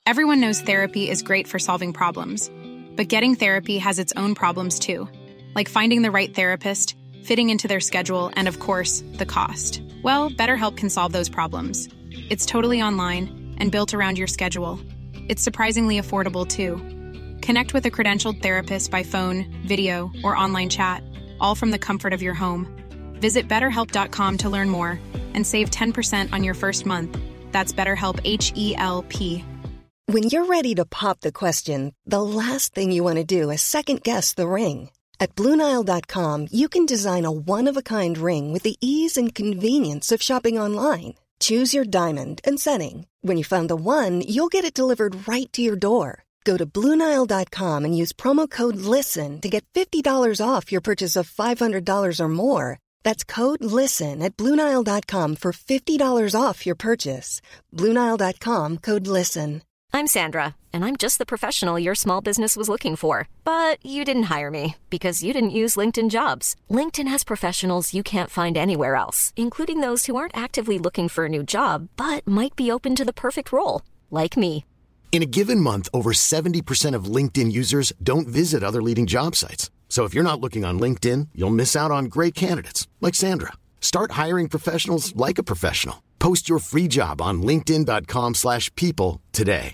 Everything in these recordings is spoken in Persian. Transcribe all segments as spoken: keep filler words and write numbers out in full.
Everyone knows therapy is great for solving problems, but getting therapy has its own problems too, like finding the right therapist, fitting into their schedule, and of course, the cost. Well, BetterHelp can solve those problems. It's totally online and built around your schedule. It's surprisingly affordable too. Connect with a credentialed therapist by phone, video, or online chat, all from the comfort of your home. Visit better help dot com to learn more and save ten percent on your first month. That's BetterHelp, H E L P. When you're ready to pop the question, the last thing you want to do is second-guess the ring. At Blue Nile dot com, you can design a one-of-a-kind ring with the ease and convenience of shopping online. Choose your diamond and setting. When you find the one, you'll get it delivered right to your door. Go to Blue Nile dot com and use promo code LISTEN to get fifty dollars off your purchase of five hundred dollars or more. That's code LISTEN at Blue Nile dot com for fifty dollars off your purchase. Blue Nile dot com, code LISTEN. I'm Sandra, and I'm just the professional your small business was looking for. But you didn't hire me because you didn't use LinkedIn Jobs. LinkedIn has professionals you can't find anywhere else, including those who aren't actively looking for a new job, but might be open to the perfect role, like me. In a given month, over seventy percent of LinkedIn users don't visit other leading job sites. So if you're not looking on LinkedIn, you'll miss out on great candidates like Sandra. Start hiring professionals like a professional. Post your free job on linkedin dot com slash people today.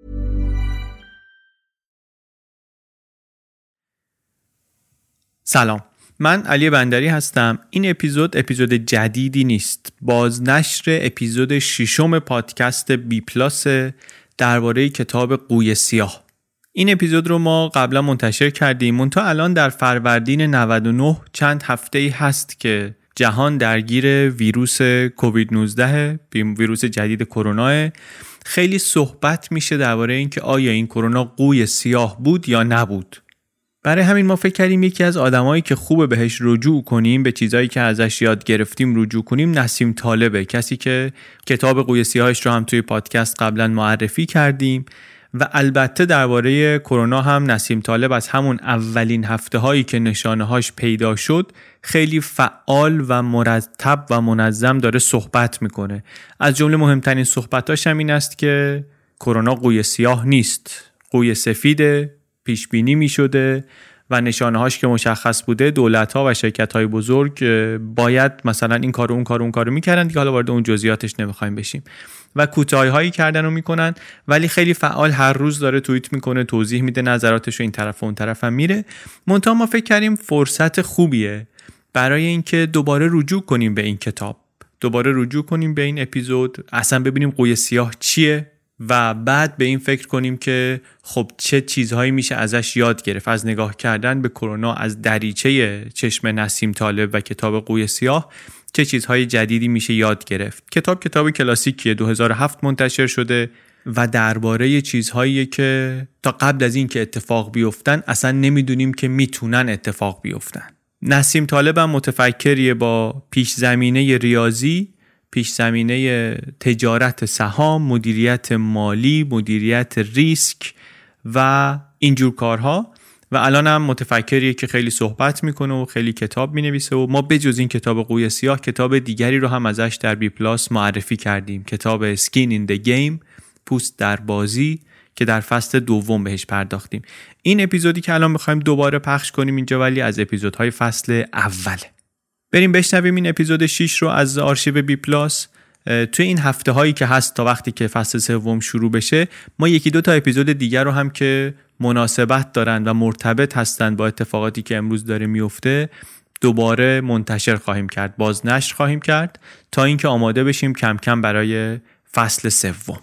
سلام، من علی بندری هستم. این اپیزود اپیزود جدیدی نیست. بازنشر اپیزود ششم پادکست بی پلاس درباره کتاب قوی سیاه. این اپیزود رو ما قبلا منتشر کردیم، منتها الان در فروردین نود و نه چند هفته‌ای هست که جهان درگیر ویروس کووید نوزده، ویروس جدید کرونا. خیلی صحبت میشه درباره اینکه آیا این کرونا قوی سیاه بود یا نبود. برای همین ما فکر کردیم یکی از آدمایی که خوبه بهش رجوع کنیم، به چیزایی که ازش یاد گرفتیم رجوع کنیم، نسیم طالبه، کسی که کتاب قوی سیاهش رو هم توی پادکست قبلا معرفی کردیم و البته درباره کرونا هم نسیم طالب از همون اولین هفته هایی که نشانه هاش پیدا شد خیلی فعال و مرتب و منظم داره صحبت میکنه. از جمله مهمترین صحبتاش هم این است که کرونا قوی سیاه نیست، قوی سفیده، پیش بینی میشده و نشانه هاش که مشخص بوده دولت ها و شرکت های بزرگ باید مثلا این کارو اون کارو اون کارو میکردن دیگه، حالا وارد اون جزئیاتش نمیخوایم بشیم و کوتاهی هایی کردن و میکنن، ولی خیلی فعال هر روز داره توییت میکنه، توضیح میده نظراتش، و این طرف و اون طرف هم میره. منتها ما فکر کردیم فرصت خوبیه برای اینکه دوباره رجوع کنیم به این کتاب، دوباره رجوع کنیم به این اپیزود، اصلا ببینیم قوی سیاه چیه و بعد به این فکر کنیم که خب چه چیزهایی میشه ازش یاد گرفت، از نگاه کردن به کرونا از دریچه چشم نسیم طالب و کتاب قوی سیاه چه چیزهای جدیدی میشه یاد گرفت. کتاب کتاب کلاسیکیه، دو هزار و هفت منتشر شده و درباره چیزهایی که تا قبل از این که اتفاق بیفتن اصلا نمیدونیم که میتونن اتفاق بیفتن. نسیم طالب هم متفکریه با پیش زمینه ریاضی، پیش زمینه تجارت سهام، مدیریت مالی، مدیریت ریسک و اینجور کارها، و الان هم متفکریه که خیلی صحبت میکنه و خیلی کتاب مینویسه و ما بجز این کتاب قوی سیاه کتاب دیگری رو هم ازش در بی پلاس معرفی کردیم، کتاب Skin in the Game، پوست در بازی، که در فصل دوم بهش پرداختیم. این اپیزودی که الان میخوایم دوباره پخش کنیم اینجا ولی از اپیزودهای فصل اوله. بریم بشنویم این اپیزود شش رو از آرشیو بی پلاس. توی این هفته هایی که هست تا وقتی که فصل سوم شروع بشه ما یکی دو تا اپیزود دیگر رو هم که مناسبت دارن و مرتبط هستن با اتفاقاتی که امروز داره میفته دوباره منتشر خواهیم کرد، بازنشر خواهیم کرد تا اینکه آماده بشیم کم کم برای فصل سوم.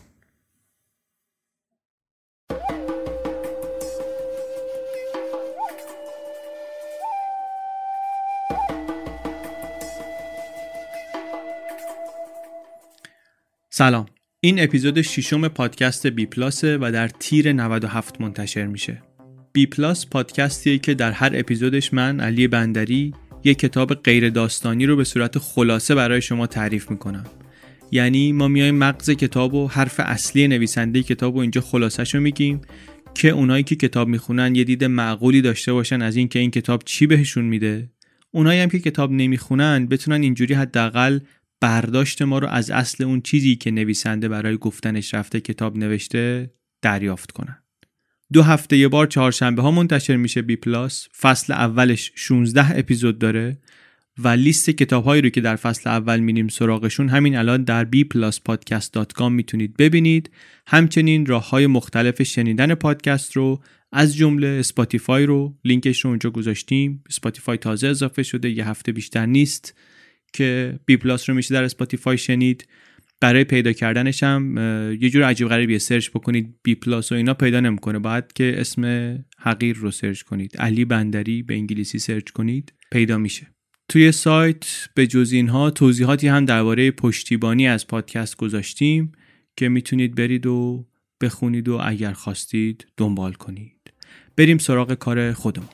سلام، این اپیزود ششم پادکست بی پلاسه و در تیر نود و هفت منتشر میشه. بی پلاس پادکستیه که در هر اپیزودش من علی بندری یک کتاب غیر داستانی رو به صورت خلاصه برای شما تعریف میکنم. یعنی ما میایم مغز کتاب و حرف اصلی نویسنده کتاب و اینجا خلاصش رو میگیم که اونایی که کتاب میخونن یه دید معقولی داشته باشن از این که این کتاب چی بهشون میده. اونایی هم که کتاب نمیخونن بتونن اینجوری حداقل برداشت ما رو از اصل اون چیزی که نویسنده برای گفتنش رفته کتاب نوشته دریافت کنن. دو هفته یه بار چهارشنبه ها منتشر میشه بی پلاس. فصل اولش شانزده اپیزود داره و لیست کتاب هایی رو که در فصل اول میریم سراغشون همین الان در بی پلاس پادکست دات کام میتونید ببینید. همچنین راه های مختلف شنیدن پادکست رو از جمله اسپاتیفای رو لینکش رو اونجا گذاشتیم. اسپاتیفای تازه اضافه شده، یه هفته بیشتر نیست که بی پلاس رو میشه در اسپاتیفای شنید. برای پیدا کردنش هم یه جور عجیب غریبیه، سرچ بکنید بی پلاس و اینا پیدا نمیکنه، باید که اسم حقیر رو سرچ کنید، علی بندری به انگلیسی سرچ کنید پیدا میشه. توی سایت به جز اینها توضیحاتی هم درباره پشتیبانی از پادکست گذاشتیم که میتونید برید و بخونید و اگر خواستید دنبال کنید. بریم سراغ کار خودمون.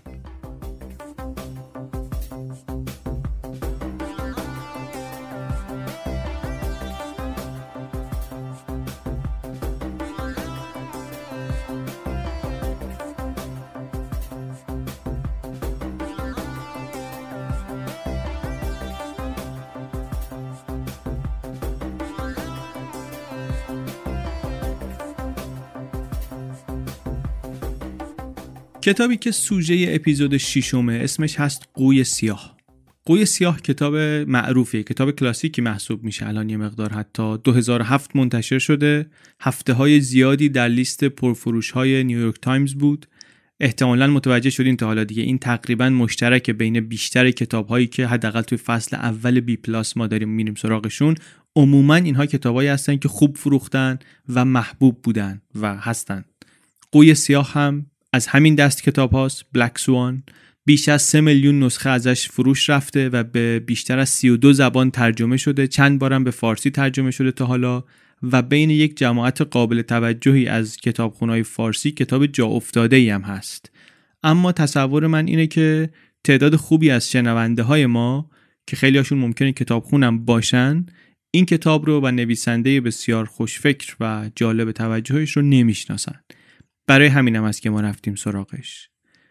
کتابی که سوژه اپیزود ششمه اسمش هست قوی سیاه. قوی سیاه کتاب معروفیه، کتاب کلاسیکی محسوب میشه الان یه مقدار، حتی دو هزار و هفت منتشر شده، هفته های زیادی در لیست پرفروش های نیویورک تایمز بود. احتمالاً متوجه شدین تا حالا دیگه این تقریباً مشترک بین بیشتر کتاب هایی که حداقل توی فصل اول بی پلاس ما داریم میریم سراغشون. عموماً اینها کتابایی هستن که خوب فروختن و محبوب بودن و هستن. قوی سیاه هم از همین دست کتاب هاست. بلک سوان بیش از سه میلیون نسخه ازش فروش رفته و به بیشتر از سی و دو زبان ترجمه شده، چند بارم به فارسی ترجمه شده تا حالا و بین یک جماعت قابل توجهی از کتابخونه‌های فارسی کتاب جا افتاده‌ای هم هست. اما تصور من اینه که تعداد خوبی از شنونده های ما که خیلی هاشون ممکنه کتابخونم باشن این کتاب رو و نویسنده بسیار خوشفکر و جالب توجهش رو نمیشناسن. برای همینم است که ما رفتیم سراغش.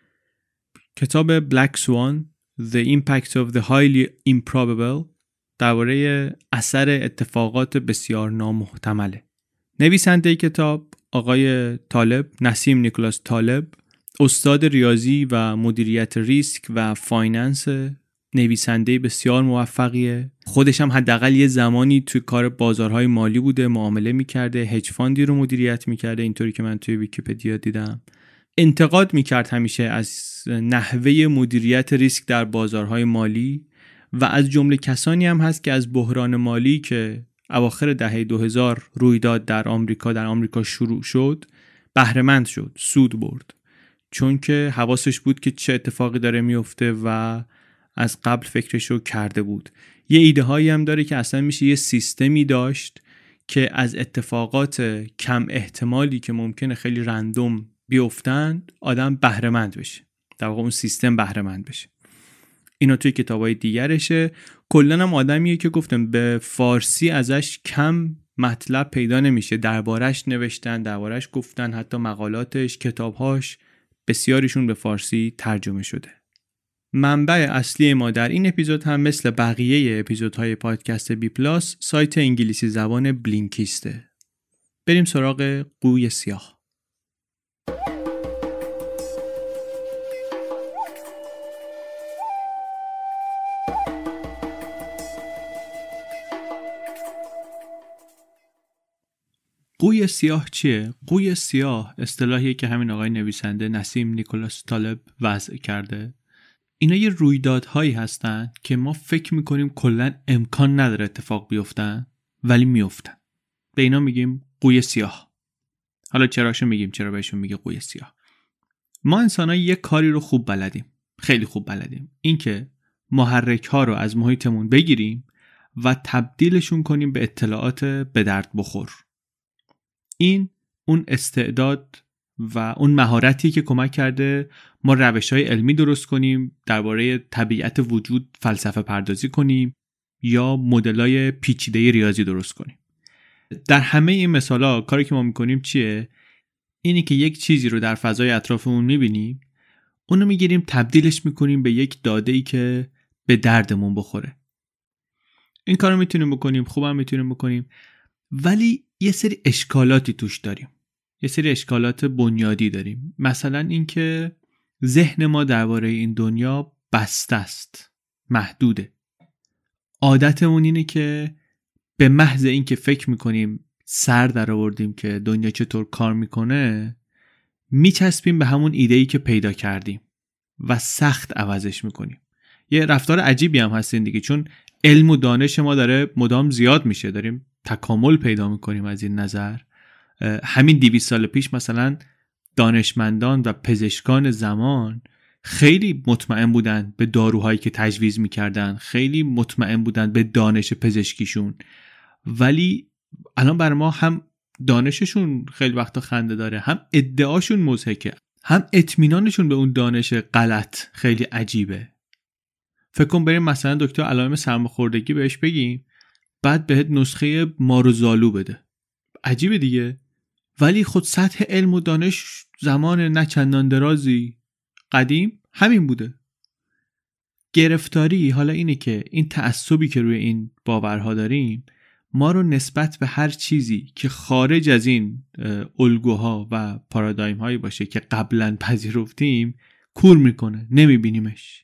کتاب بلک سوان The Impact of the Highly Improbable درباره اثر اتفاقات بسیار نامحتمله. نویسنده کتاب آقای طالب، نسیم نیکولاس طالب، استاد ریاضی و مدیریت ریسک و فایننس، نویسنده بسیار موفقیه. خودش هم حداقل یه زمانی توی کار بازارهای مالی بوده، معامله میکرده، هج فاندی رو مدیریت میکرده، اینطوری که من توی ویکی‌پدیا دیدم. انتقاد میکرد همیشه از نحوه مدیریت ریسک در بازارهای مالی و از جمله کسانی هم هست که از بحران مالی که اواخر دهه دو هزار روی داد در آمریکا در آمریکا شروع شد بهره مند شد، سود برد، چون که حواسش بود که چه اتفاقی داره میفته و از قبل فکرشو کرده بود. یه ایده هایی هم داره که اصلا میشه یه سیستمی داشت که از اتفاقات کم احتمالی که ممکنه خیلی رندوم بیفتند آدم بهره مند بشه، در واقع اون سیستم بهره مند بشه. اینا توی کتابای دیگرشه. کلاً هم آدمیه که گفتم به فارسی ازش کم مطلب پیدا نمیشه، دربارش نوشتن، دربارش گفتن، حتی مقالاتش، کتابهاش بسیاریشون به فارسی ترجمه شده. منبع اصلی ما در این اپیزود هم مثل بقیه اپیزودهای پادکست بی پلاس سایت انگلیسی زبان بلینکیسته. بریم سراغ قوی سیاه. قوی سیاه چیه؟ قوی سیاه اصطلاحیه که همین آقای نویسنده نسیم نیکولاس طالب وضع کرده. اینا یه رویدادهایی هستن که ما فکر میکنیم کلاً امکان نداره اتفاق بیفتن ولی میفتن. به اینا میگیم قوی سیاه. حالا چراشو میگیم، چرا بهشون میگه قوی سیاه؟ ما انسان‌ها یه کاری رو خوب بلدیم، خیلی خوب بلدیم، این که محرک ها رو از محیطمون بگیریم و تبدیلشون کنیم به اطلاعات به درد بخور. این اون استعداد و اون مهارتی که کمک کرده ما روش‌های علمی درست کنیم، درباره طبیعت وجود فلسفه پردازی کنیم یا مدل‌های پیچیده ریاضی درست کنیم. در همه این مثالا کاری که ما می‌کنیم چیه؟ اینی که یک چیزی رو در فضای اطرافمون می‌بینیم، اونو می‌گیریم تبدیلش می‌کنیم به یک داده‌ای که به دردمون بخوره. این کارو می‌تونیم بکنیم، خوبم می‌تونیم بکنیم، ولی یه سری اشکالاتی توش داریم. یه سری اشکالات بنیادی داریم. مثلا اینکه ذهن ما درباره این دنیا بسته است، محدوده. عادتمون اینه که به محض اینکه فکر میکنیم سر در آوردیم که دنیا چطور کار میکنه، میچسبیم به همون ایده‌ای که پیدا کردیم و سخت عوضش میکنیم. یه رفتار عجیبی هم هستین دیگه، چون علم و دانش ما داره مدام زیاد میشه، داریم تکامل پیدا میکنیم. از این نظر همین دویست سال پیش مثلا دانشمندان و پزشکان زمان خیلی مطمئن بودن به داروهایی که تجویز میکردن، خیلی مطمئن بودن به دانش پزشکیشون، ولی الان برای ما هم دانششون خیلی وقتا خنده داره، هم ادعاشون مضحکه، هم اطمینانشون به اون دانش غلط خیلی عجیبه. فکر کن بریم مثلا دکتر علائم سرماخوردگی بهش بگیم، بعد بهت نسخه ماروزالو بده. عجیبه دیگه، ولی خود سطح علم و دانش زمان نه چندان درازی قدیم همین بوده. گرفتاری حالا اینه که این تعصبی که روی این باورها داریم ما رو نسبت به هر چیزی که خارج از این الگوها و پارادایم هایی باشه که قبلا پذیرفتیم کور میکنه، نمیبینیمش.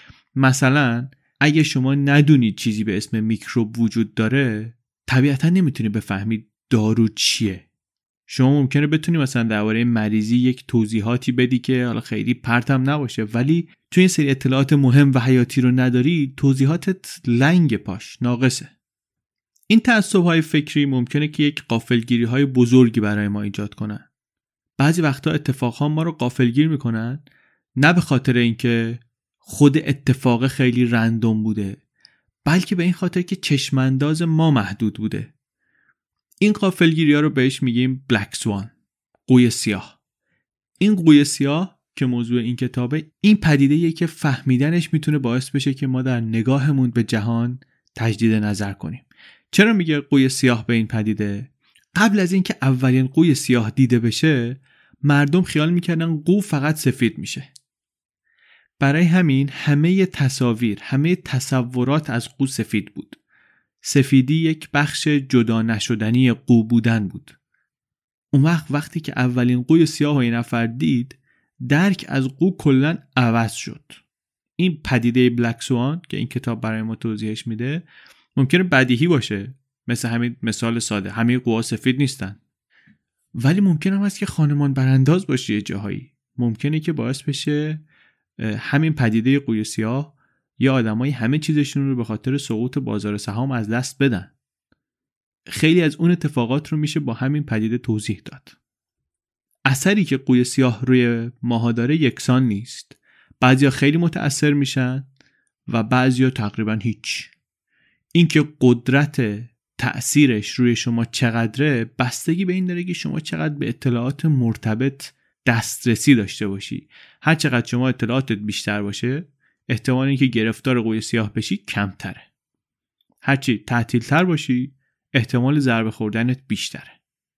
مثلا اگه شما ندونید چیزی به اسم میکروب وجود داره، طبیعتا نمیتونی بفهمید دارو چیه. شما ممکنه بتونی مثلا درباره مریضی یک توضیحاتی بدی که حالا خیلی پرتم نباشه، ولی تو این سری اطلاعات مهم و حیاتی رو نداری، توضیحاتت لنگ پاش ناقصه. این تعصب‌های فکری ممکنه که یک غافلگیری‌های بزرگی برای ما ایجاد کنن. بعضی وقتا اتفاقها ما رو غافلگیر میکنن، نه به خاطر اینکه خود اتفاق خیلی رندوم بوده، بلکه به این خاطر که چشمانداز ما محدود بوده. این غافلگیری‌ها رو بهش میگیم بلک سوان، قوی سیاه. این قوی سیاه که موضوع این کتابه، این پدیده‌ایه که فهمیدنش میتونه باعث بشه که ما در نگاهمون به جهان تجدید نظر کنیم. چرا میگه قوی سیاه به این پدیده؟ قبل از اینکه اولین قوی سیاه دیده بشه، مردم خیال میکردن قو فقط سفید میشه. برای همین همه تصاویر، همه تصورات از قو سفید بود. سفیدی یک بخش جدا نشدنی قو بودن بود. اون وقت وقتی که اولین قوی سیاه رو یه نفر دید، درک از قو کلاً عوض شد. این پدیده بلک سوان که این کتاب برای ما توضیحش میده ممکنه بدیهی باشه، مثل همین مثال ساده، همه قوها سفید نیستن، ولی ممکنه هم هست که خانمان برانداز باشه یه جاهایی. ممکنه که باعث بشه همین پدیده قوی سیاه یا آدمایی همه چیزشون رو به خاطر سقوط بازار سهام از دست بدن. خیلی از اون اتفاقات رو میشه با همین پدیده توضیح داد. اثری که قوی سیاه روی ماها داره یکسان نیست. بعضیا خیلی متأثر میشن و بعضیا تقریبا هیچ. اینکه قدرت تأثیرش روی شما چقدره بستگی به این داره که شما چقدر به اطلاعات مرتبط دسترسی داشته باشی. هر چقدر شما اطلاعاتت بیشتر باشه، احتمال اینکه گرفتار قوی سیاه بشی کمتره. هرچی تعطیل تر باشی، احتمال ضربه خوردنت بیشتره.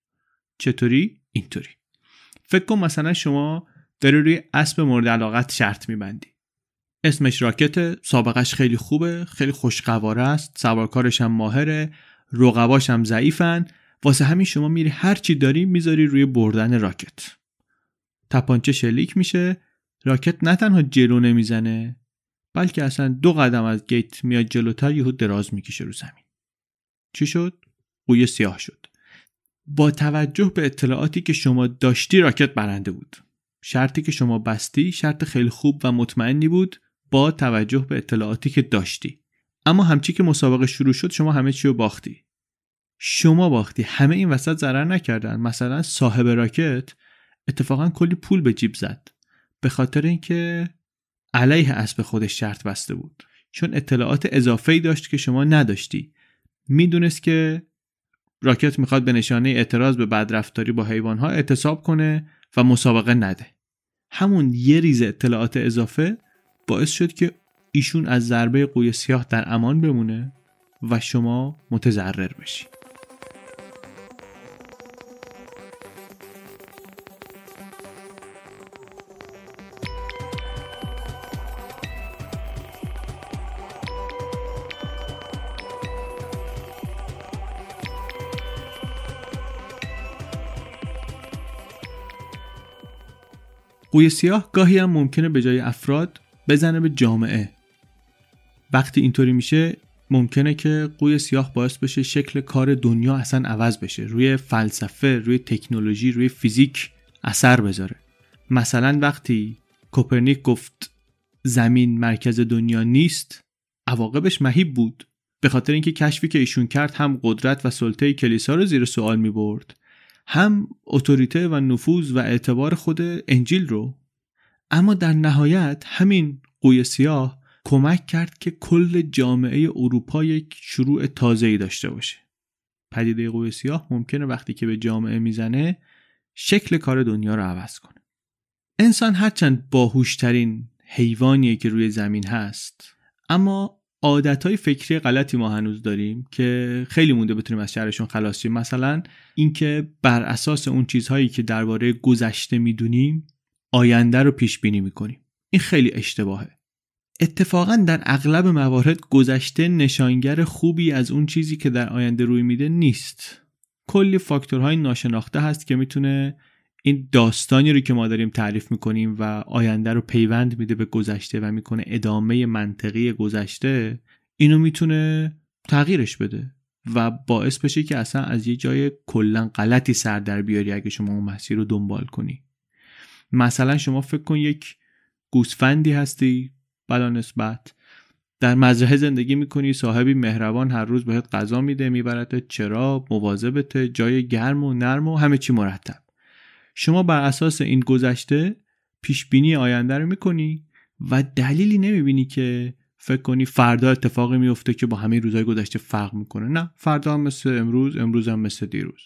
چطوری؟ اینطوری. فکر کن مثلا شما داری روی اسب مورد علاقت شرط میبندی. اسمش راکت، سابقش خیلی خوبه، خیلی خوشقواره است، سوارکارش هم ماهره، رقباش هم ضعیفن، واسه همین شما میری هر چی داری میذاری روی بردن راکت. تپانچه شلیک میشه، راکت نه تنها جلو نمیزنه، بلکه اصلا دو قدم از گیت میاد جلوتر، یهو دراز میکشه رو زمین. چی شد؟ قوی سیاه شد. با توجه به اطلاعاتی که شما داشتی راکت برنده بود. شرطی که شما بستی شرط خیلی خوب و مطمئنی بود با توجه به اطلاعاتی که داشتی. اما همچی که مسابقه شروع شد شما همه چی رو باختی. شما باختی، همه این وسط ضرر نکردن. مثلا صاحب راکت اتفاقا کلی پول به جیب زد به خاطر اینکه علیه اسب خودش شرط بسته بود، چون اطلاعات اضافه‌ای داشت که شما نداشتی. میدونست که راکت میخواد به نشانه اعتراض به بدرفتاری با حیوانها اعتصاب کنه و مسابقه نده. همون یه ریز اطلاعات اضافه باعث شد که ایشون از ضربه قوی سیاه در امان بمونه و شما متضرر بشی. قوی سیاه گاهی هم ممکنه به جای افراد بزنه به جامعه. وقتی اینطوری میشه ممکنه که قوی سیاه باعث بشه شکل کار دنیا اصلا عوض بشه، روی فلسفه، روی تکنولوژی، روی فیزیک اثر بذاره. مثلا وقتی کوپرنیک گفت زمین مرکز دنیا نیست، عواقبش مهیب بود، به خاطر اینکه کشفی که ایشون کرد هم قدرت و سلطه کلیسا رو زیر سوال می برد، هم اتوریته و نفوذ و اعتبار خود انجیل رو. اما در نهایت همین قوی سیاه کمک کرد که کل جامعه اروپا یک شروع تازه‌ای داشته باشه. پدیده قوی سیاه ممکنه وقتی که به جامعه میزنه شکل کار دنیا رو عوض کنه. انسان هرچند باهوشترین حیوانیه که روی زمین هست، اما عادتهای فکری غلطی ما هنوز داریم که خیلی مونده بتونیم از شرشون خلاص شیم. مثلا اینکه بر اساس اون چیزهایی که درباره گذشته میدونیم آینده رو پیش بینی میکنیم. این خیلی اشتباهه. اتفاقا در اغلب موارد گذشته نشانگر خوبی از اون چیزی که در آینده روی میده نیست. کلی فاکتورهای ناشناخته هست که میتونه این داستانی رو که ما داریم تعریف میکنیم و آینده رو پیوند میده به گذشته و میکنه ادامه منطقی گذشته، اینو میتونه تغییرش بده و باعث بشه که اصلا از یه جای کلا غلطی سر در بیاری اگه شما اون مسیر رو دنبال کنی. مثلا شما فکر کن یک گوسفندی هستی بلا نسبت، در مزرعه زندگی میکنی، صاحبی مهربان هر روز بهت غذا میده، میبرت چرا، مواظبته، جای گرم و نرم و همه چی مرتب. شما بر اساس این گذشته پیش بینی آینده رو میکنی و دلیلی نمیبینی که فکر کنی فردا اتفاقی میفته که با همه روزهای گذشته فرق میکنه. نه، فردا هم مثل امروز، امروز هم مثل دیروز.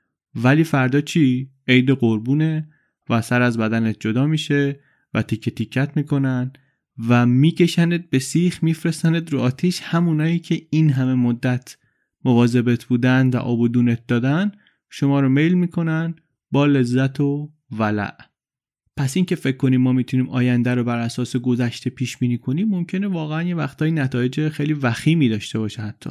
ولی فردا چی؟ عید قربونه و سر از بدنت جدا میشه و تیکه تیکت میکنن و میکشنت به سیخ، میفرستنت رو آتیش. همونایی که این همه مدت مواظبت بودن و آب و دونت دادن شما رو میل میکنن با لذت و ولع. پس این که فکر کنیم ما میتونیم آینده رو بر اساس گذشته پیش بینی کنیم ممکنه واقعا یه وقتایی نتایج خیلی وخیمی داشته باشه. حتی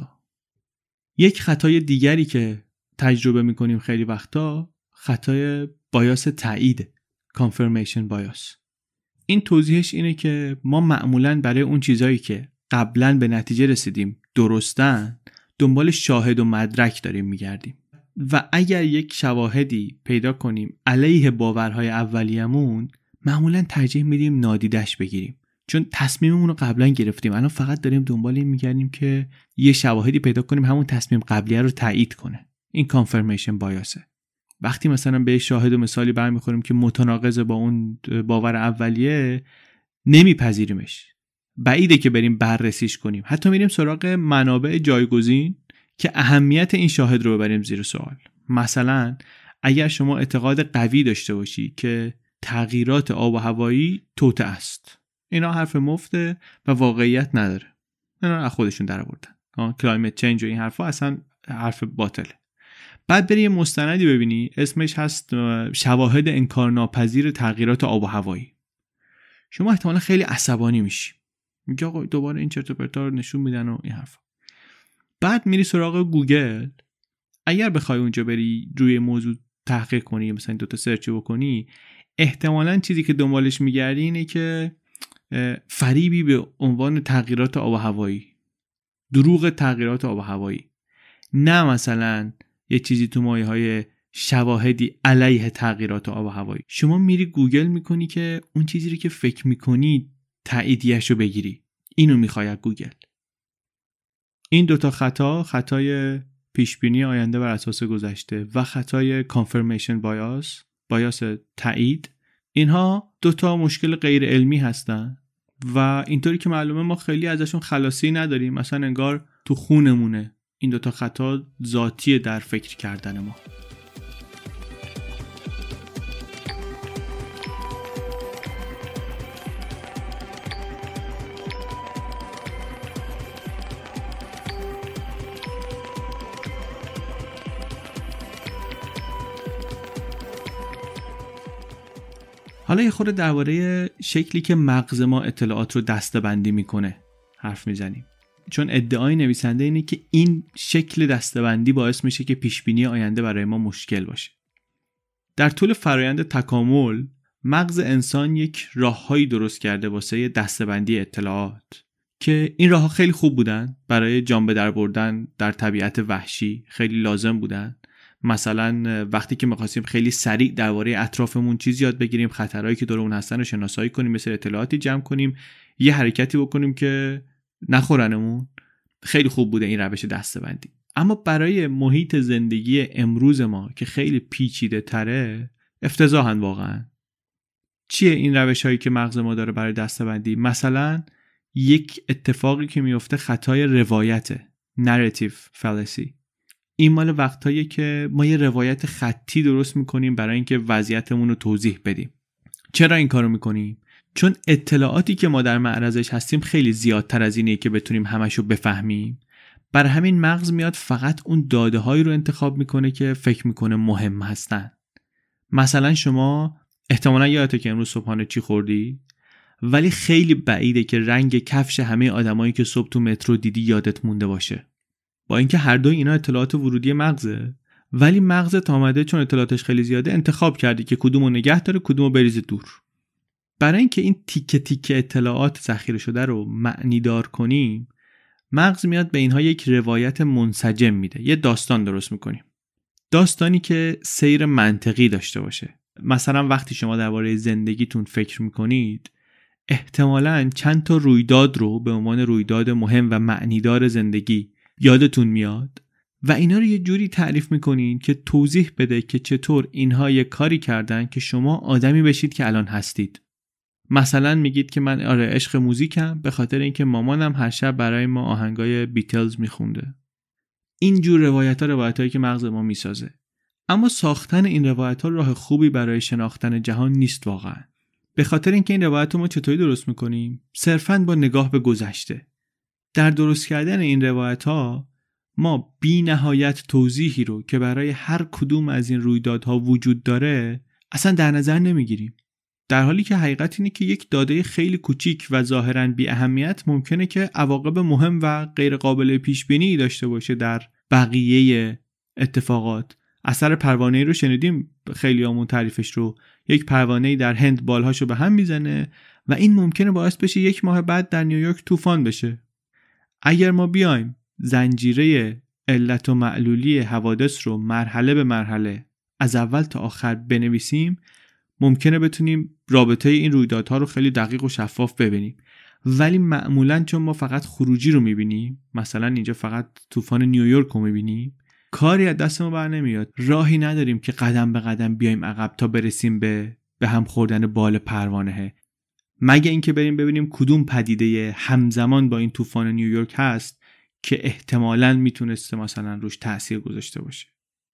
یک خطای دیگری که تجربه میکنیم خیلی وقتا خطای بایاس تایید، confirmation bias. این توضیحش اینه که ما معمولاً برای اون چیزایی که قبلاً به نتیجه رسیدیم درستن دنبال شاهد و مدرک داریم میگردیم و اگر یک شواهدی پیدا کنیم علیه باورهای اولیه‌مون معمولاً ترجیح میدیم نادیدش بگیریم، چون تصمیممون رو قبلاً گرفتیم. الان فقط داریم دنبال این میگردیم که یه شواهدی پیدا کنیم همون تصمیم قبلیه رو تایید کنه. این confirmation biasه. وقتی مثلا به شاهد و مثالی برمیخوریم که متناقض با اون باور اولیه نمیپذیریمش، بعیده که بریم بررسیش کنیم، حتی میریم سراغ منابع جایگزین که اهمیت این شاهد رو ببریم زیر سوال. مثلا اگر شما اعتقاد قوی داشته باشی که تغییرات آب و هوایی توطئه است، اینا حرف مفته و واقعیت نداره، اینا از خودشون در آوردن، کلایمت چنج و این حرفا اصلا حرف باطله. بعد بری یه مستندی ببینی اسمش هست شواهد انکارناپذیر تغییرات آب و هوایی، شما احتمالا خیلی عصبانی میشی، میگه آقا دوباره این چرت و پرتا رو نشون میدن و این حرفا. بعد میری سراغ گوگل، اگر بخوای اونجا بری روی موضوع تحقیق کنی، مثلا دو تا سرچ بکنی، احتمالاً چیزی که دنبالش میگردی اینه که فریبی به عنوان تغییرات آب و هوایی، دروغ تغییرات آب و هوایی، نه مثلا یه چیزی تو مایه‌های شواهدی علیه تغییرات آب و هوایی. شما میری گوگل میکنی که اون چیزی رو که فکر میکنی تاییدیه‌شو بگیری. اینو میخوای از گوگل. این دوتا خطا، خطای پیشبینی آینده بر اساس گذشته و خطای confirmation bias، بایاس تایید، اینها دوتا مشکل غیر علمی هستن و اینطوری که معلومه ما خیلی ازشون خلاصی نداریم، مثلا انگار تو خونمونه. این دوتا خطا ذاتیه در فکر کردن ما. حالا یه خورده درباره شکلی که مغز ما اطلاعات رو دسته‌بندی میکنه حرف میزنیم، چون ادعای نویسنده اینه که این شکل دسته‌بندی باعث میشه که پیشبینی آینده برای ما مشکل باشه. در طول فرایند تکامل مغز انسان یک راههایی درست کرده واسه دسته‌بندی اطلاعات که این راهها خیلی خوب بودن برای جان به در بردن در طبیعت وحشی، خیلی لازم بودن. مثلا وقتی که می‌خواستیم خیلی سریع درباره اطرافمون چیز یاد بگیریم، خطرهایی که دورمون هستن رو شناسایی کنیم، مثل اطلاعاتی جمع کنیم، یه حرکتی بکنیم که نخورنمون، خیلی خوب بوده این روش دسته‌بندی. اما برای محیط زندگی امروز ما که خیلی پیچیده تره، افتضاحن واقعا. چیه این روش هایی که مغز ما داره برای دسته‌بندی؟ مثلا یک اتفاقی که میفته خطای روایته، narrative fallacy. این مال وقتایی که ما یه روایت خطی درست میکنیم برای اینکه وضعیتمون رو توضیح بدیم. چرا این کارو میکنیم؟ چون اطلاعاتی که ما در معرضش هستیم خیلی زیادتر از اینه که بتونیم همشو بفهمیم. برای همین مغز میاد فقط اون داده هایی رو انتخاب میکنه که فکر میکنه مهم هستن. مثلا شما احتمالاً یادته که امروز صبحانه چی خوردی؟ ولی خیلی بعیده که رنگ کفش همه آدمایی که صبح تو مترو دیدی یادت مونده باشه. با اینکه هر دوی اینا اطلاعات ورودی مغزه، ولی مغزت آمده چون اطلاعاتش خیلی زیاده انتخاب کردی که کدومو نگه داره کدومو بریزه دور. برای اینکه این تیکه تیکه اطلاعات ذخیره شده رو معنی دار کنیم، مغز میاد به اینها یک روایت منسجم میده، یه داستان درست میکنیم. داستانی که سیر منطقی داشته باشه. مثلا وقتی شما درباره زندگیتون فکر میکنید، احتمالاً چند تا رویداد رو به عنوان رویداد مهم و معنیدار زندگی یادتون میاد و اینا رو یه جوری تعریف میکنین که توضیح بده که چطور اینها یه کاری کردن که شما آدمی بشید که الان هستید. مثلا میگید که من آره عشق موزیکم به خاطر اینکه مامانم هر شب برای ما آهنگای بیتلز میخونده. این جور روایت‌ها روایتایی که مغز ما میسازه. اما ساختن این روایت‌ها راه خوبی برای شناختن جهان نیست واقعا. به خاطر اینکه این روایت‌ها ما چطوری درست میکنیم؟ صرفاً با نگاه به گذشته. در درست کردن این روایت‌ها ما بی نهایت توضیحی رو که برای هر کدوم از این رویدادها وجود داره اصلا در نظر نمیگیریم. در حالی که حقیقت اینه که یک داده خیلی کوچیک و ظاهراً بی اهمیت ممکنه که عواقب مهم و غیر قابل پیش بینی داشته باشه در بقیه اتفاقات. اثر پروانه‌ای رو شنیدیم، خیلیامون تعریفش رو. یک پروانه‌ای در هند بالهاشو به هم میزنه و این ممکنه باعث بشه یک ماه بعد در نیویورک طوفان بشه. اگر ما بیایم زنجیره علت و معلولی حوادث رو مرحله به مرحله از اول تا آخر بنویسیم، ممکنه بتونیم رابطه این رویدادها رو خیلی دقیق و شفاف ببینیم. ولی معمولاً چون ما فقط خروجی رو میبینیم، مثلا اینجا فقط طوفان نیویورک رو میبینیم، کاری از دست ما بر نمیاد. راهی نداریم که قدم به قدم بیایم عقب تا برسیم به به هم خوردن بال پروانه، مگه اینکه بریم ببینیم کدوم پدیده همزمان با این طوفان نیویورک هست که احتمالاً میتونسته مثلا روش تأثیر گذاشته باشه.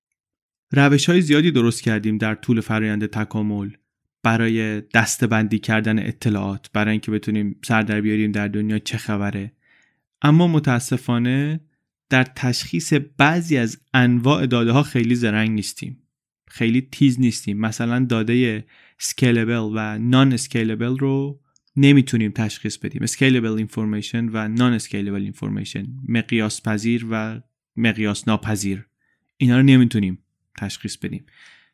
روش‌های زیادی درست کردیم در طول فرآیند تکامل برای دسته‌بندی کردن اطلاعات، برای اینکه بتونیم سر در بیاریم در دنیا چه خبره. اما متاسفانه در تشخیص بعضی از انواع داده ها خیلی زرنگ نیستیم، خیلی تیز نیستیم. مثلا داده scalable و non scalable رو نمیتونیم تشخیص بدیم. scalable information و non scalable information، مقیاس پذیر و مقیاس ناپذیر، اینا رو نمیتونیم تشخیص بدیم.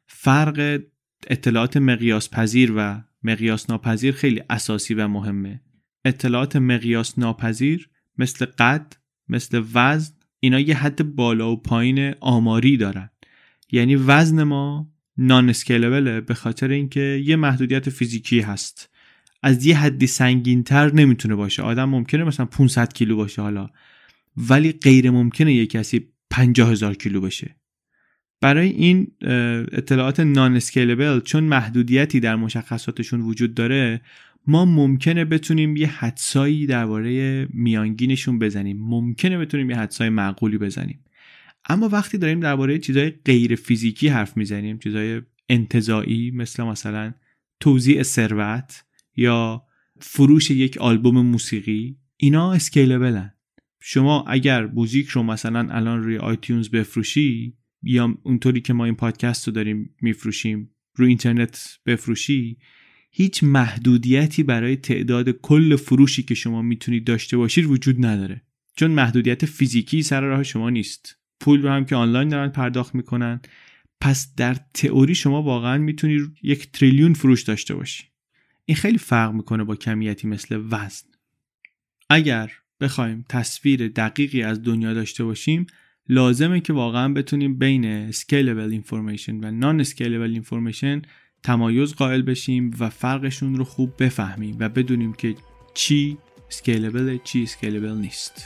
فرق اطلاعات مقیاس پذیر و مقیاس ناپذیر خیلی اساسی و مهمه. اطلاعات مقیاس ناپذیر مثل قد، مثل وزن، اینا یه حد بالا و پایین آماری دارن. یعنی وزن ما نان اسکیلبله به خاطر اینکه یه محدودیت فیزیکی هست. از یه حدی سنگین‌تر نمیتونه باشه. آدم ممکنه مثلا پانصد کیلو باشه حالا، ولی غیر ممکنه یه کسی پنجاه هزار کیلو بشه. برای این اطلاعات نان اسکیلبل چون محدودیتی در مشخصاتشون وجود داره، ما ممکنه بتونیم یه حدسایی درباره میانگینشون بزنیم، ممکنه بتونیم یه حدسای معقولی بزنیم. اما وقتی داریم درباره چیزای غیر فیزیکی حرف میزنیم، چیزای انتزاعی مثل مثلا توزیع ثروت یا فروش یک آلبوم موسیقی، اینا اسکیلبلن. شما اگر موزیک رو مثلا الان روی آیتیونز بفروشی یا اونطوری که ما این پادکست رو داریم میفروشیم روی اینترنت بفروشی، هیچ محدودیتی برای تعداد کل فروشی که شما میتونید داشته باشید وجود نداره، چون محدودیت فیزیکی سر راه شما نیست. پول رو هم که آنلاین دارن پرداخت میکنن، پس در تئوری شما واقعا میتونی یک تریلیون فروش داشته باشی. این خیلی فرق میکنه با کمیتی مثل وزن. اگر بخوایم تصویر دقیقی از دنیا داشته باشیم لازمه که واقعا بتونیم بین scalable information و non scalable information تمایز قائل بشیم و فرقشون رو خوب بفهمیم و بدونیم که چی scalable چی scalable نیست.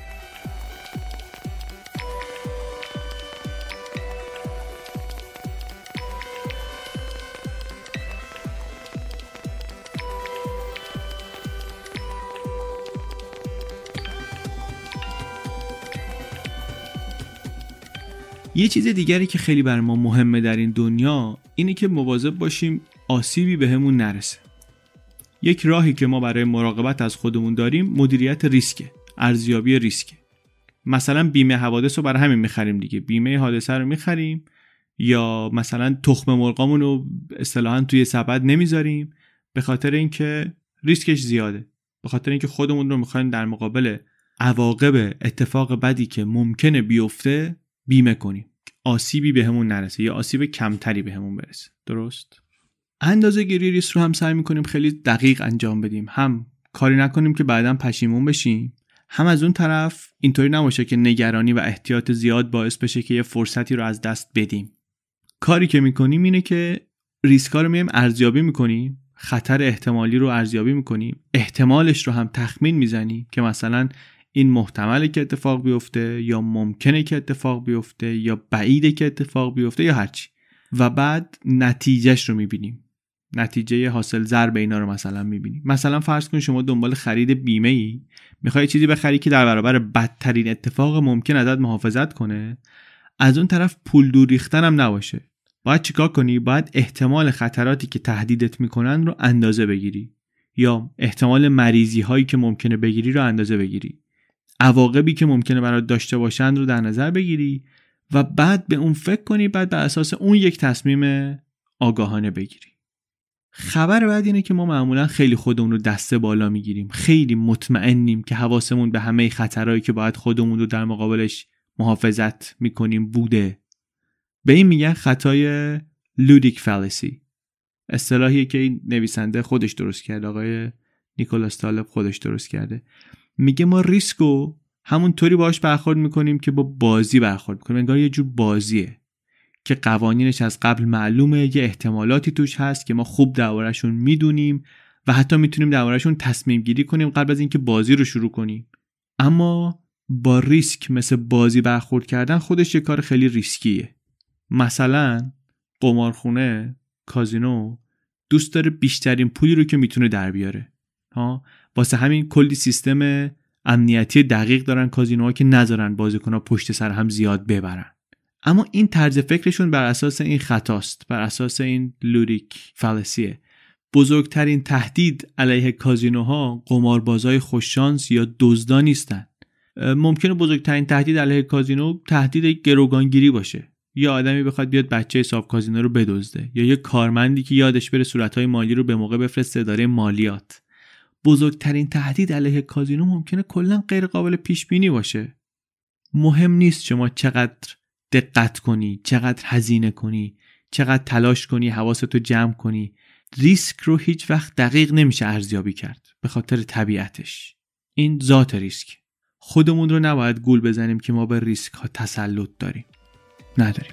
یه چیز دیگری که خیلی برای ما مهمه در این دنیا اینه که مواظب باشیم آسیبی بهمون نرسه. یک راهی که ما برای مراقبت از خودمون داریم مدیریت ریسکه، ارزیابی ریسکه. مثلا بیمه حوادث رو برای همین میخریم دیگه. بیمه حادثه رو میخریم یا مثلا تخم مرغامون رو اصطلاحاً توی سبد نمیذاریم به خاطر اینکه ریسکش زیاده. به خاطر اینکه خودمون رو میخوایم در مقابل عواقب اتفاق بدی که ممکنه بیفته بیمه کنیم، آسیبی بهمون نرسه یا آسیب کمتری بهمون برسه. درست؟ اندازه گیری ریسک رو هم سعی میکنیم خیلی دقیق انجام بدیم، هم کاری نکنیم که بعداً پشیمون بشیم، هم از اون طرف اینطوری نباشه که نگرانی و احتیاط زیاد باعث بشه که یه فرصتی رو از دست بدیم. کاری که میکنیم اینه که ریسکا رو میایم ارزیابی میکنیم، خطر احتمالی رو ارزیابی میکنیم، احتمالش رو هم تخمین میزنیم که مثلا این محتمله که اتفاق بیفته یا ممکنه که اتفاق بیفته یا بعیده که اتفاق بیفته یا هرچی، و بعد نتیجهش رو میبینیم، نتیجه حاصل ضرب اینا رو مثلا میبینیم. مثلا فرض کن شما دنبال خرید بیمه ای میخوای چیزی بخری که در برابر بدترین اتفاق ممکن ازت محافظت کنه، از اون طرف پول دور ریختن هم نباشه. باید چیکار کنی؟ باید احتمال خطراتی که تهدیدت میکنن رو اندازه بگیری یا احتمال مریضی هایی که ممکنه بگیری رو اندازه بگیری، عواقبی که ممکنه برات داشته باشن رو در نظر بگیری و بعد به اون فکر کنی، بعد بر اساس اون یک تصمیم آگاهانه بگیری. خبر بعد اینه که ما معمولا خیلی خودمون رو دسته بالا میگیریم، خیلی مطمئنیم که حواسمون به همه خطرهایی که باید خودمون رو در مقابلش محافظت میکنیم بوده. به این میگن خطای لودیک فالسی، اصطلاحیه که این نویسنده خودش درست کرده، آقای نیکولاس طالب خودش درست کرده. میگه ما ریسکو همون طوری باهاش برخورد میکنیم که با بازی برخورد میکنیم، انگار یه جور بازیه که قوانینش از قبل معلومه، یه احتمالاتی توش هست که ما خوب درباره‌شون میدونیم و حتی میتونیم درباره‌شون تصمیم گیری کنیم قبل از اینکه بازی رو شروع کنیم. اما با ریسک مثل بازی برخورد کردن خودش یه کار خیلی ریسکیه. مثلا قمارخونه، کازینو دوست داره بیشترین پولی رو که میتونه در بیاره. ها، واسه همین کلی سیستم امنیتی دقیق دارن کازینوها که نذارن بازیکن‌ها پشت سر هم زیاد ببرن. اما این طرز فکرشون بر اساس این خطاست، بر اساس این لودیک فالسیه. بزرگترین تهدید علیه کازینوها قماربازای خوششانس یا دزدا نیستن. ممکنه بزرگترین تهدید علیه کازینو تهدید گروگانگیری باشه، یا آدمی بخواد بیاد بچه حساب کازینو رو بدزده، یا یه کارمندی که یادش بره صورت‌های مالی رو به موقع بفرسته اداره مالیات. بزرگترین تهدید علیه کازینو ممکنه کلاً غیر قابل پیش بینی باشه. مهم نیست شما چقدر دقت کنی، چقدر هزینه کنی، چقدر تلاش کنی، حواستو جمع کنی، ریسک رو هیچ وقت دقیق نمیشه ارزیابی کرد به خاطر طبیعتش. این ذات ریسک. خودمون رو نباید گول بزنیم که ما به ریسک ها تسلط داریم. نداریم.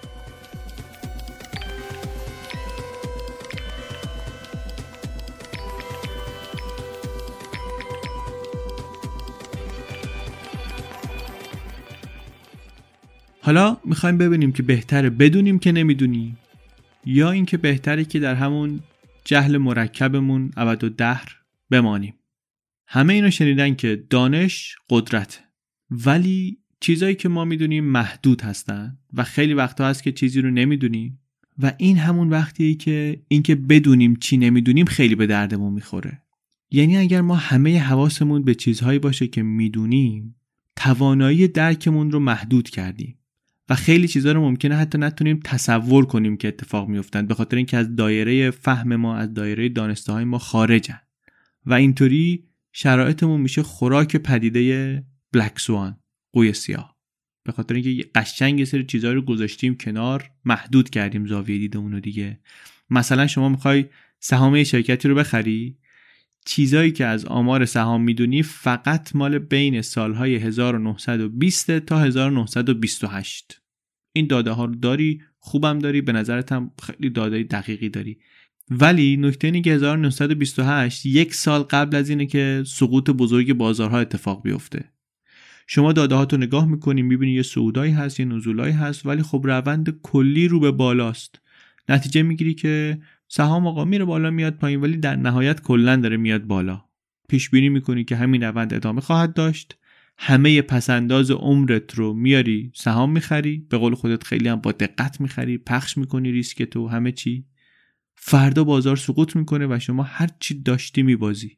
حالا میخوایم ببینیم که بهتره بدونیم که نمیدونیم یا اینکه بهتره که در همون جهل مرکبمون ابدالدهر بمانیم. همه اینا شنیدن که دانش قدرت، ولی چیزایی که ما میدونیم محدود هستن و خیلی وقتا هست که چیزی رو نمیدونیم و این همون وقتیه که اینکه بدونیم چی نمیدونیم خیلی به دردمون میخوره. یعنی اگر ما همه حواسمون به چیزهایی باشه که میدونیم، توانایی درکمون رو محدود کردیم و خیلی چیزا رو ممکنه حتی نتونیم تصور کنیم که اتفاق میافتند به خاطر اینکه از دایره فهم ما، از دایره دانسته های ما خارجن و اینطوری شرایطمون میشه خوراک پدیده بلک سوان، قوی سیاه. به خاطر اینکه قشنگ یه سری چیزا رو گذاشتیم کنار، محدود کردیم زاویه دیدمون رو دیگه. مثلا شما میخوای سهام یه شرکتی رو بخری، چیزایی که از آمار سهام میدونی فقط مال بین سالهای هزار و نهصد و بیست تا هزار و نهصد و بیست و هشت. این داده ها رو داری، خوبم داری، به نظرت هم خیلی داده دقیقی داری. ولی نکته اینه که هزار و نهصد و بیست و هشت یک سال قبل از اینه که سقوط بزرگ بازارها اتفاق بیفته. شما داده ها تو نگاه میکنی، میبینی یه صعودایی هست، یه نزولایی هست، ولی خب روند کلی رو به بالاست. نتیجه میگیری که سهام آقا میره بالا میاد پایین، ولی در نهایت کلا داره میاد بالا. پیش بینی میکنی که همین روند ادامه خواهد داشت. همه پسنداز عمرت رو میاری سهام میخری، به قول خودت خیلی هم با دقت میخری، پخش میکنی ریسک تو همه چی. فردا بازار سقوط میکنه و شما هر چی داشتی میبازی.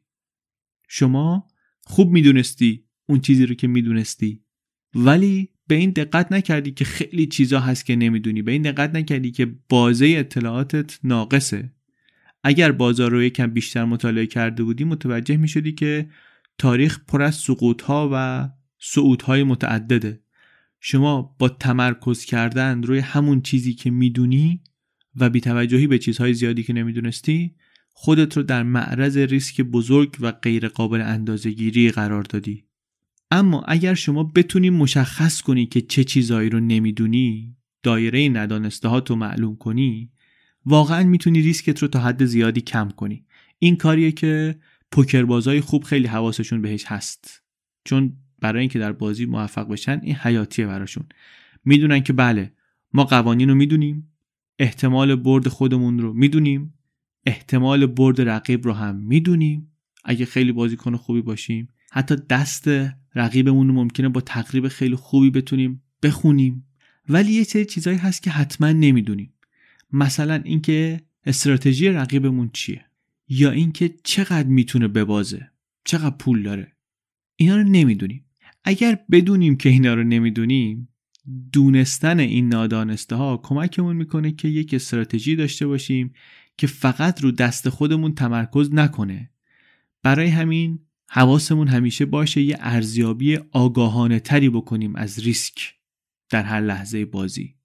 شما خوب میدونستی اون چیزی رو که میدونستی، ولی به این دقت نکردی که خیلی چیزا هست که نمیدونی، به این دقت نکردی که بازه اطلاعاتت ناقصه. اگر بازار رو یکم بیشتر مطالعه کرده بودی متوجه میشدی که تاریخ پر از سقوط‌ها و صعودهای متعدده. شما با تمرکز کردن روی همون چیزی که میدونی و بی‌توجهی به چیزهای زیادی که نمیدونستی، خودت رو در معرض ریسک بزرگ و غیر قابل اندازه‌گیری قرار دادی. اما اگر شما بتونی مشخص کنی که چه چیزایی رو نمیدونی، دایره ندانسته ها تو معلوم کنی، واقعا میتونی ریسکت رو تا حد زیادی کم کنی. این کاریه که پوکربازای خوب خیلی حواسشون بهش هست، چون برای اینکه در بازی موفق بشن این حیاتیه براشون. میدونن که بله ما قوانین رو میدونیم، احتمال برد خودمون رو میدونیم، احتمال برد رقیب رو هم میدونیم. اگه خیلی بازیکن خوبی باشیم حتی دست رقیبمون رو ممکنه با تقریب خیلی خوبی بتونیم بخونیم، ولی یه سری چیزایی هست که حتما نمیدونیم. مثلا اینکه استراتژی رقیبمون چیه، یا اینکه چقدر میتونه ببازه، چقدر پول داره. اینا رو نمیدونیم. اگر بدونیم که اینا رو نمیدونیم، دونستن این نادانسته ها کمکمون میکنه که یک استراتژی داشته باشیم که فقط رو دست خودمون تمرکز نکنه. برای همین حواسمون همیشه باشه یه ارزیابی آگاهانه تری بکنیم از ریسک در هر لحظه بازی.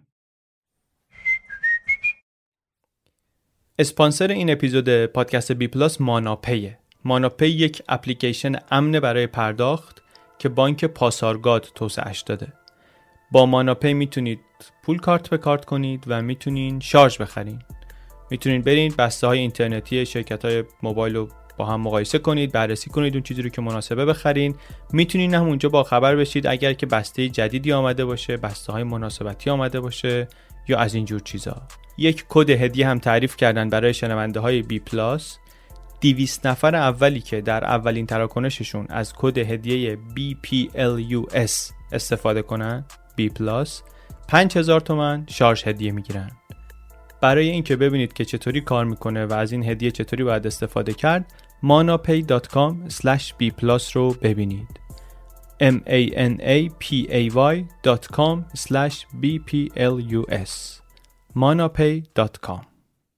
اسپانسر این اپیزود پادکست بی پلاس ماناپیه. ماناپی یک اپلیکیشن امن برای پرداخت که بانک پاسارگاد توسعه‌اش داده. با ماناپی میتونید پول کارت به کارت کنید و میتونین شارژ بخرین. میتونین برین بسته های اینترنتی شرکت های موبایل رو با هم مقایسه کنید، بررسی کنید اون چیزی رو که مناسبه بخرین. میتونین هم اونجا با خبر بشید اگر که بسته جدیدی آمده باشه، بسته های مناسبتی آمده باشه یا از این جور چیزا. یک کد هدیه هم تعریف کردن برای شنونده های بی پلاس. دویست نفر اولی که در اولین تراکنششون از کد هدیه بی پی ال یو اس استفاده کنن، بی پلاس، پنج هزار تومان شارژ هدیه میگیرن. برای اینکه ببینید که چطوری کار میکنه و از این هدیه چطوری باید استفاده کرد، manapay دات کام اسلش بی پلاس رو ببینید. ام ای ان ای پی ای وای دات کام اسلش بی پی ال یو اس manapay دات کام.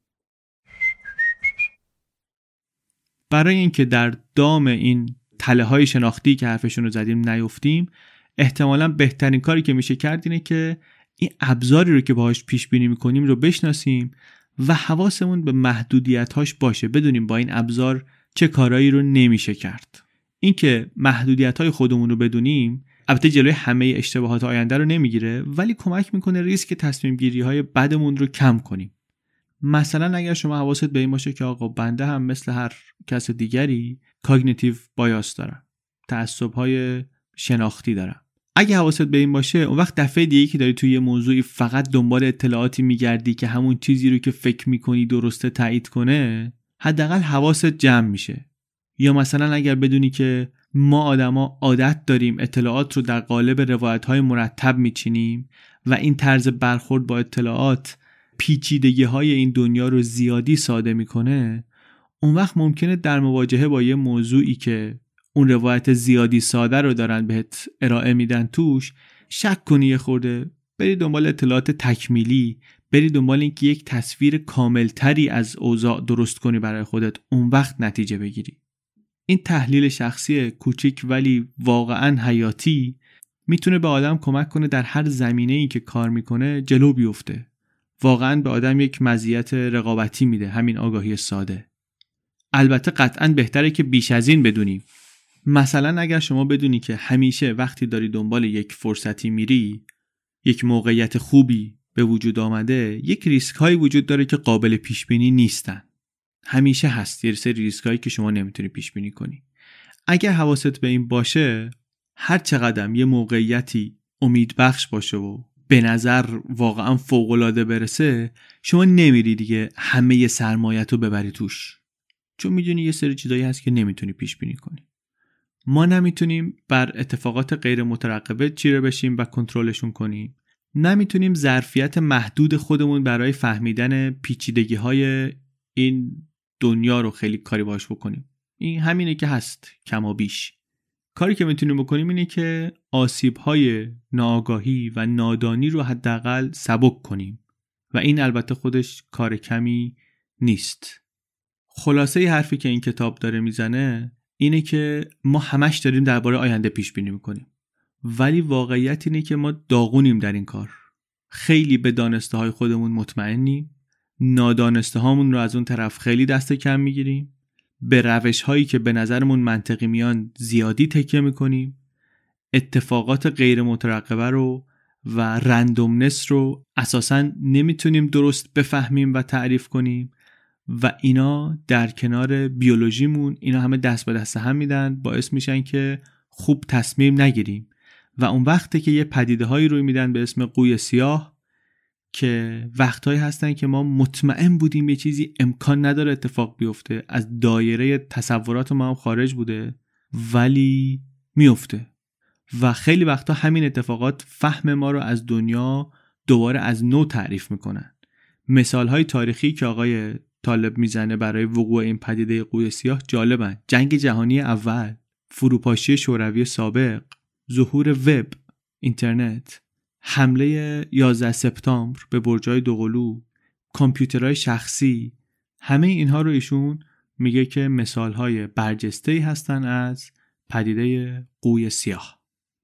برای اینکه در دام این تله های شناختی که حرفشون رو زدیم نیفتیم، احتمالاً بهترین کاری که میشه کرد اینه که این ابزاری رو که باهاش پیش بینی میکنیم رو بشناسیم و حواسمون به محدودیت‌هاش باشه، بدونیم با این ابزار چه کارایی رو نمیشه کرد. اینکه محدودیت‌های خودمون رو بدونیم البته جلوی همه اشتباهات آینده رو نمیگیره، ولی کمک میکنه ریسک تصمیم گیری‌های بدمون رو کم کنیم. مثلا اگر شما حواست به این باشه که آقا بنده هم مثل هر کس دیگری کاگنیتیو بایاس دارم، تعصب‌های شناختی دارم. اگه حواست به این باشه، اون وقت دفعه دیگه که داری توی یه موضوعی فقط دنبال اطلاعاتی میگردی که همون چیزی رو که فکر میکنی درسته تایید کنه، حداقل حواست جمع میشه. یا مثلا اگر بدونی که ما آدما عادت داریم اطلاعات رو در قالب روایت‌های مرتب میچینیم و این طرز برخورد با اطلاعات پیچیدگی‌های این دنیا رو زیادی ساده میکنه، اون وقت ممکنه در مواجهه با یه موضوعی که اون روایت زیادی ساده رو دارن بهت ارائه میدن توش شک کنی یه خورده، بری دنبال اطلاعات تکمیلی، بری دنبال اینکه یک تصویر کاملتری از اوضاع درست کنی برای خودت، اون وقت نتیجه بگیری. این تحلیل شخصی کوچیک ولی واقعا حیاتی میتونه به آدم کمک کنه در هر زمینه‌ای که کار میکنه جلو بیفته. واقعاً به آدم یک مزیت رقابتی میده همین آگاهی ساده. البته قطعاً بهتره که بیش از این بدونیم. مثلا اگر شما بدونی که همیشه وقتی داری دنبال یک فرصتی میری، یک موقعیت خوبی به وجود آمده، یک ریسک هایی وجود داره که قابل پیش بینی نیستن. همیشه هست یه سری ریسک هایی که شما نمیتونی پیش بینی کنی. اگر حواست به این باشه، هر چقدر یه موقعیتی امید بخش باشه و به نظر واقعا فوق العاده برسه، شما نمیری دیگه همه سرمایه‌تو ببری توش، چون میدونی یه سری چیزایی هست که نمیتونی پیش بینی کنی. ما نمیتونیم بر اتفاقات غیر مترقبه چیره بشیم و کنترلشون کنیم. نمیتونیم ظرفیت محدود خودمون برای فهمیدن پیچیدگی‌های این دنیا رو خیلی کاری باش بکنیم. این همینه که هست کم و بیش. کاری که میتونیم بکنیم اینه که آسیب‌های ناآگاهی و نادانی رو حداقل سبک کنیم و این البته خودش کار کمی نیست. خلاصه ی حرفی که این کتاب داره میزنه اینه که ما همش داریم درباره آینده پیش بینی میکنیم، ولی واقعیت اینه که ما داغونیم در این کار. خیلی به دانسته های خودمون مطمئنیم، نادانسته هامون رو از اون طرف خیلی دست کم میگیریم، به روش هایی که به نظرمون منطقی میان زیادی تکیه میکنیم، اتفاقات غیر مترقبه رو و رندومنس رو اساساً نمیتونیم درست بفهمیم و تعریف کنیم و اینا در کنار بیولوژیمون اینا همه دست به دست هم میدن، باعث میشن که خوب تصمیم نگیریم و اون وقته که یه پدیده هایی روی میدن به اسم قوی سیاه که وقتهایی هستن که ما مطمئن بودیم یه چیزی امکان نداره اتفاق بیفته، از دایره تصورات ما هم خارج بوده ولی میفته و خیلی وقتا همین اتفاقات فهم ما رو از دنیا دوباره از نو تعریف میکنن. مثال های تاریخی که آقای طالب میزنه برای وقوع این پدیده قوی سیاه جالبن. جنگ جهانی اول، فروپاشی شوروی سابق، ظهور وب، اینترنت، حمله یازده سپتامبر به برج‌های دوقلو، کامپیوترهای شخصی، همه اینها رو ایشون میگه که مثالهای برجسته‌ای هستن از پدیده قوی سیاه.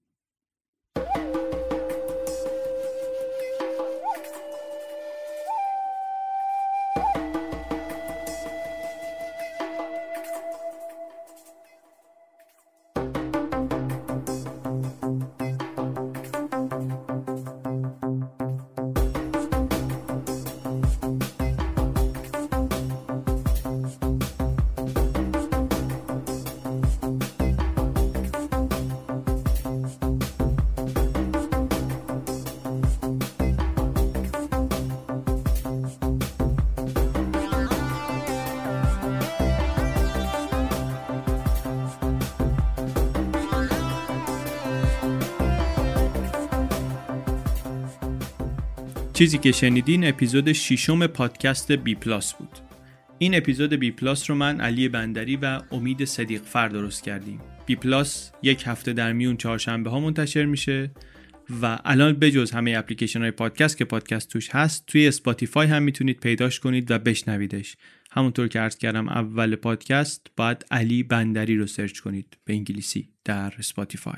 چیزی که شنیدین اپیزود ششم پادکست بی پلاس بود. این اپیزود بی پلاس رو من علی بندری و امید صدیقفر درست کردیم. بی پلاس یک هفته در میون چهارشنبه ها منتشر میشه و الان بجز همه اپلیکیشن های پادکست که پادکست توش هست، توی اسپاتیفای هم میتونید پیداش کنید و بشنویدش. همونطور که عرض کردم اول پادکست باید علی بندری رو سرچ کنید به انگلیسی در اسپاتیفای.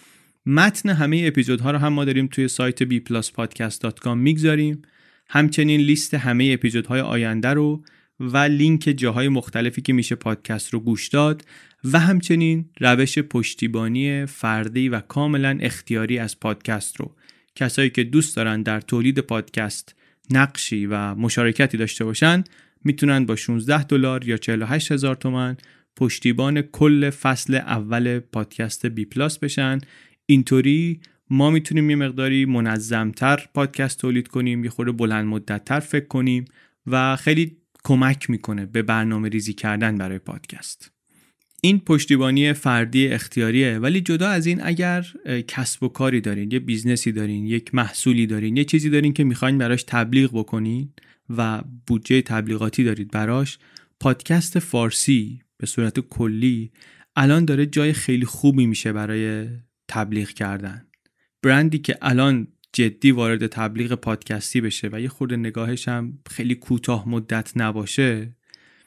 متن همه اپیزودها رو هم ما داریم توی سایت بی پلاس پادکست دات کام میگذاریم. همچنین لیست همه اپیزودهای آینده رو و لینک جاهای مختلفی که میشه پادکست رو گوش داد و همچنین روش پشتیبانی فردی و کاملا اختیاری از پادکست رو کسایی که دوست دارن در تولید پادکست نقشی و مشارکتی داشته باشن میتونن با شانزده دلار یا چهل و هشت هزار تومان پشتیبان کل فصل اول پادکست بی پلاس بشن. اینطوری ما میتونیم یه مقداری منظمتر پادکست تولید کنیم، یه خورده بلند مدت‌تر فکر کنیم و خیلی کمک میکنه به برنامه ریزی کردن برای پادکست. این پشتیبانی فردی اختیاریه، ولی جدا از این اگر کسب و کاری دارین، یه بیزنسی دارین، یک محصولی دارین، یه چیزی دارین که میخواین براش تبلیغ بکنین و بودجه تبلیغاتی دارید براش، پادکست فارسی به صورت کلی الان داره جای خیلی خوبی میشه برای تبلیغ کردن. برندی که الان جدی وارد تبلیغ پادکستی بشه و یه خورده نگاهش هم خیلی کوتاه مدت نباشه،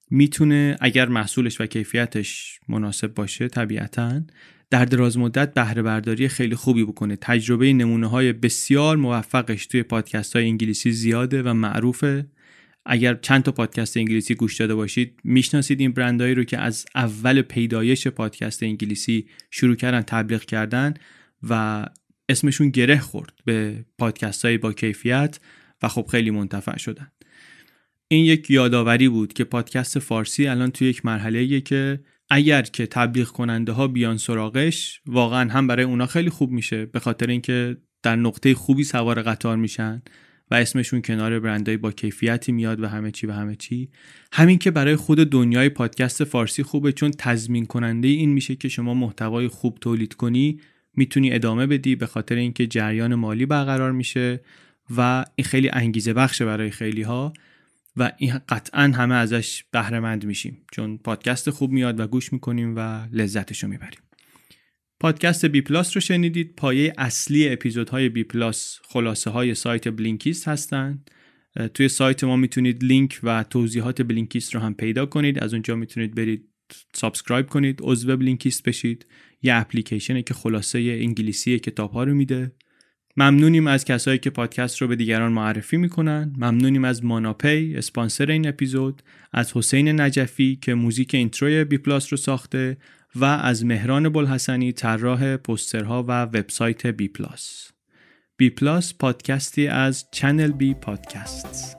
میتونه اگر محصولش و کیفیتش مناسب باشه طبیعتاً در دراز مدت بهره برداری خیلی خوبی بکنه. تجربه نمونه‌های بسیار موفقش توی پادکست‌های انگلیسی زیاده و معروفه. اگر چند تا پادکست انگلیسی گوش داده باشید میشناسید این برندهایی رو که از اول پیدایش پادکست انگلیسی شروع کردن تبلیغ کردن و اسمشون گره خورد به پادکست‌های با کیفیت و خب خیلی منتفع شدن. این یک یادآوری بود که پادکست فارسی الان توی یک مرحله‌ایه که اگر که تبلیغ کننده ها بیان سراغش واقعا هم برای اونا خیلی خوب میشه، به خاطر اینکه در نقطه خوبی سوار قطار میشن و اسمشون کنار برندهای با کیفیتی میاد و همه چی و همه چی. همین که برای خود دنیای پادکست فارسی خوبه، چون تضمین کننده این میشه که شما محتوای خوب تولید کنی، میتونی ادامه بدی، به خاطر اینکه جریان مالی برقرار میشه و این خیلی انگیزه بخشه برای خیلی ها و این قطعاً همه ازش بهره مند میشیم، چون پادکست خوب میاد و گوش میکنیم و لذتشو میبریم. پادکست بی پلاس رو شنیدید. پایه اصلی اپیزودهای بی پلاس خلاصه های سایت بلینکیست هستن. توی سایت ما میتونید لینک و توضیحات بلینکیست رو هم پیدا کنید. از اونجا میتونید برید سابسکرایب کنید، عضو بلینکیست بشید. یه اپلیکیشنه که خلاصه انگلیسی کتاب‌ها رو میده. ممنونیم از کسایی که پادکست رو به دیگران معرفی میکنن. ممنونیم از ماناپی اسپانسر این اپیزود، از حسین نجفی که موزیک اینتروی بی پلاس رو ساخته و از مهران بوالحسنی طراح پوسترها و وبسایت بی پلاس. بی پلاس پادکستی از چنل بی پادکست.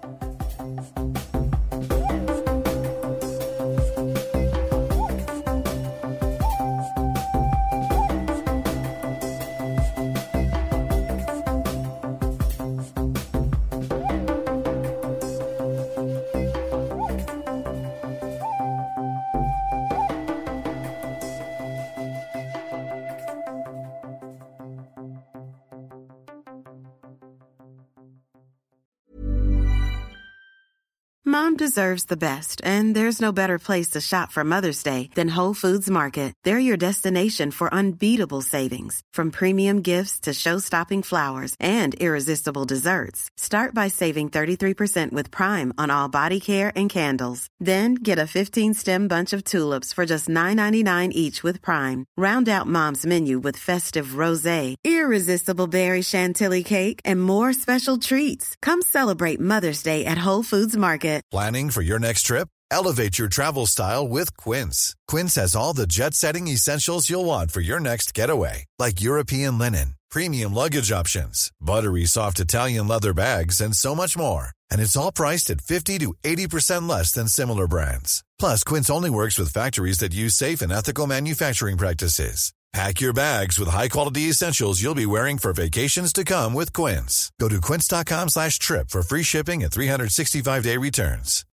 Mom deserves the best, and there's no better place to shop for Mother's Day than Whole Foods Market. They're your destination for unbeatable savings, from premium gifts to show-stopping flowers and irresistible desserts. Start by saving thirty-three percent with Prime on all body care and candles. Then get a fifteen-stem bunch of tulips for just nine ninety-nine each with Prime. Round out Mom's menu with festive rosé, irresistible berry chantilly cake, and more special treats. Come celebrate Mother's Day at Whole Foods Market. Planning for your next trip? Elevate your travel style with Quince. Quince has all the jet-setting essentials you'll want for your next getaway, like European linen, premium luggage options, buttery soft Italian leather bags, and so much more. And it's all priced at fifty to eighty percent less than similar brands. Plus, Quince only works with factories that use safe and ethical manufacturing practices. Pack your bags with high-quality essentials you'll be wearing for vacations to come with Quince. Go to quince dot com slash trip for free shipping and three sixty-five day returns.